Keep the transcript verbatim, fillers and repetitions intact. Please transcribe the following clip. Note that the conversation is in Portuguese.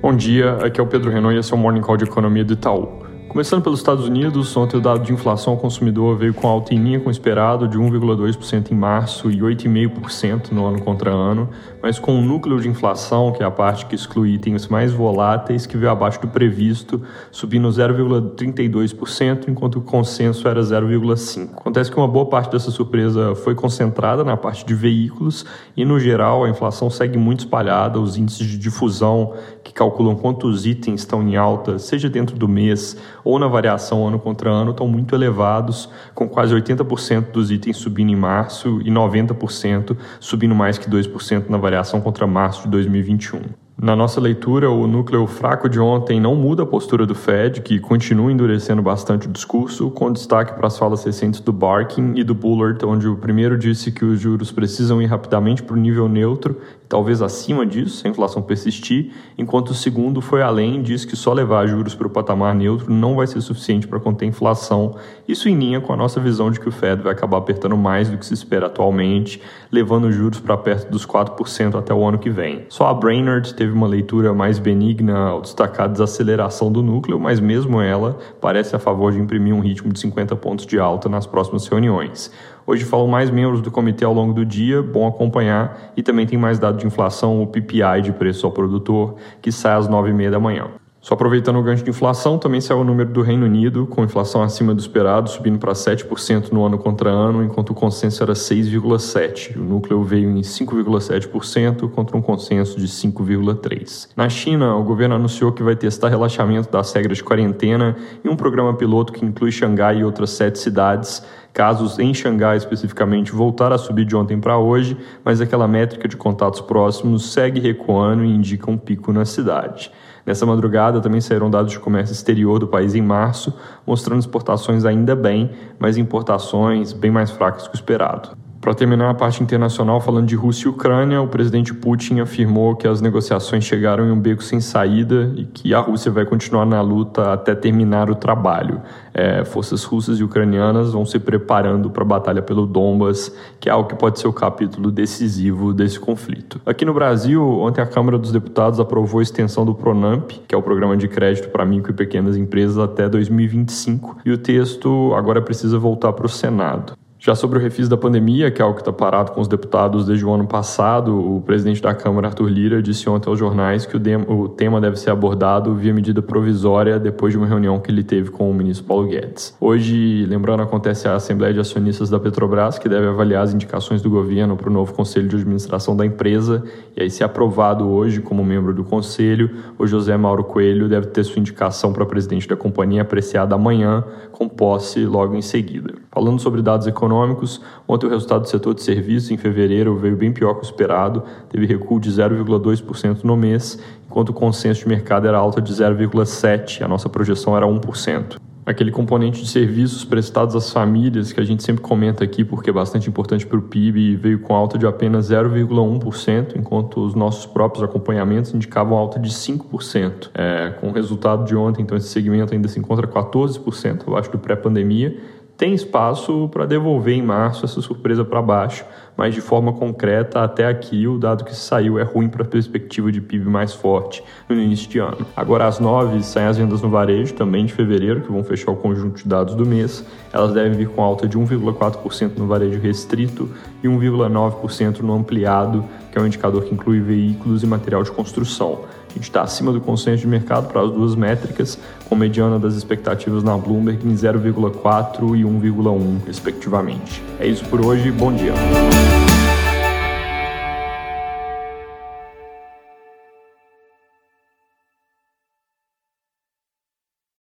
Bom dia, aqui é o Pedro Renault e esse é o Morning Call de Economia do Itaú. Começando pelos Estados Unidos, ontem o dado de inflação ao consumidor veio com alta em linha com o esperado de um vírgula dois por cento em março e oito vírgula cinco por cento no ano contra ano, mas com o núcleo de inflação, que é a parte que exclui itens mais voláteis, que veio abaixo do previsto, subindo zero vírgula trinta e dois por cento, enquanto o consenso era zero vírgula cinco por cento. Acontece que uma boa parte dessa surpresa foi concentrada na parte de veículos e, no geral, a inflação segue muito espalhada. Os índices de difusão, que calculam quantos itens estão em alta, seja dentro do mês ou na variação ano contra ano, estão muito elevados, com quase oitenta por cento dos itens subindo em março e noventa por cento subindo mais que dois por cento na variação contra março de dois mil e vinte e um. Na nossa leitura, o núcleo fraco de ontem não muda a postura do Fed, que continua endurecendo bastante o discurso, com destaque para as falas recentes do Barkin e do Bullard, onde o primeiro disse que os juros precisam ir rapidamente para o nível neutro, e talvez acima disso, se a inflação persistir, enquanto o segundo foi além e disse que só levar juros para o patamar neutro não vai ser suficiente para conter a inflação, isso em linha com a nossa visão de que o Fed vai acabar apertando mais do que se espera atualmente, levando os juros para perto dos quatro por cento até o ano que vem. Só a Brainerd teve uma leitura mais benigna ao destacar a desaceleração do núcleo, mas mesmo ela parece a favor de imprimir um ritmo de cinquenta pontos de alta nas próximas reuniões. Hoje falam mais membros do comitê ao longo do dia, bom acompanhar, e também tem mais dado de inflação, o P P I de preço ao produtor, que sai às nove e meia da manhã. Só aproveitando o gancho de inflação, também saiu o número do Reino Unido, com inflação acima do esperado, subindo para sete por cento no ano contra ano, enquanto o consenso era seis vírgula sete por cento. O núcleo veio em cinco vírgula sete por cento, contra um consenso de cinco vírgula três por cento. Na China, o governo anunciou que vai testar relaxamento das regras de quarentena em um programa piloto que inclui Xangai e outras sete cidades. Casos em Xangai especificamente voltaram a subir de ontem para hoje, mas aquela métrica de contatos próximos segue recuando e indica um pico na cidade. Nessa madrugada também saíram dados de comércio exterior do país em março, mostrando exportações ainda bem, mas importações bem mais fracas que o esperado. Para terminar a parte internacional, falando de Rússia e Ucrânia, o presidente Putin afirmou que as negociações chegaram em um beco sem saída e que a Rússia vai continuar na luta até terminar o trabalho. É, forças russas e ucranianas vão se preparando para a batalha pelo Donbas, que é algo que pode ser o capítulo decisivo desse conflito. Aqui no Brasil, ontem a Câmara dos Deputados aprovou a extensão do Pronamp, que é o programa de crédito para micro e pequenas empresas, até dois mil e vinte e cinco, e o texto agora precisa voltar para o Senado. Já sobre o refis da pandemia, que é algo que está parado com os deputados desde o ano passado, o presidente da Câmara, Arthur Lira, disse ontem aos jornais que o, de- o tema deve ser abordado via medida provisória depois de uma reunião que ele teve com o ministro Paulo Guedes. Hoje, lembrando, acontece a Assembleia de Acionistas da Petrobras, que deve avaliar as indicações do governo para o novo Conselho de Administração da empresa, e aí, se aprovado hoje como membro do Conselho, o José Mauro Coelho deve ter sua indicação para presidente da companhia apreciada amanhã, com posse logo em seguida. Falando sobre dados econômicos, ontem o resultado do setor de serviços em fevereiro veio bem pior que o esperado, teve recuo de zero vírgula dois por cento no mês, enquanto o consenso de mercado era alta de zero vírgula sete por cento, a nossa projeção era um por cento. Aquele componente de serviços prestados às famílias, que a gente sempre comenta aqui porque é bastante importante para o P I B, veio com alta de apenas zero vírgula um por cento, enquanto os nossos próprios acompanhamentos indicavam alta de cinco por cento. É, com o resultado de ontem, então, esse segmento ainda se encontra quatorze por cento abaixo do pré-pandemia. Tem espaço para devolver em março essa surpresa para baixo, mas de forma concreta, até aqui, o dado que saiu é ruim para a perspectiva de P I B mais forte no início de ano. Agora, às nove, saem as vendas no varejo, também de fevereiro, que vão fechar o conjunto de dados do mês. Elas devem vir com alta de um vírgula quatro por cento no varejo restrito e um vírgula nove por cento no ampliado, que é um indicador que inclui veículos e material de construção. A gente está acima do consenso de mercado para as duas métricas, com mediana das expectativas na Bloomberg em zero vírgula quatro e um vírgula um, respectivamente. É isso por hoje, bom dia.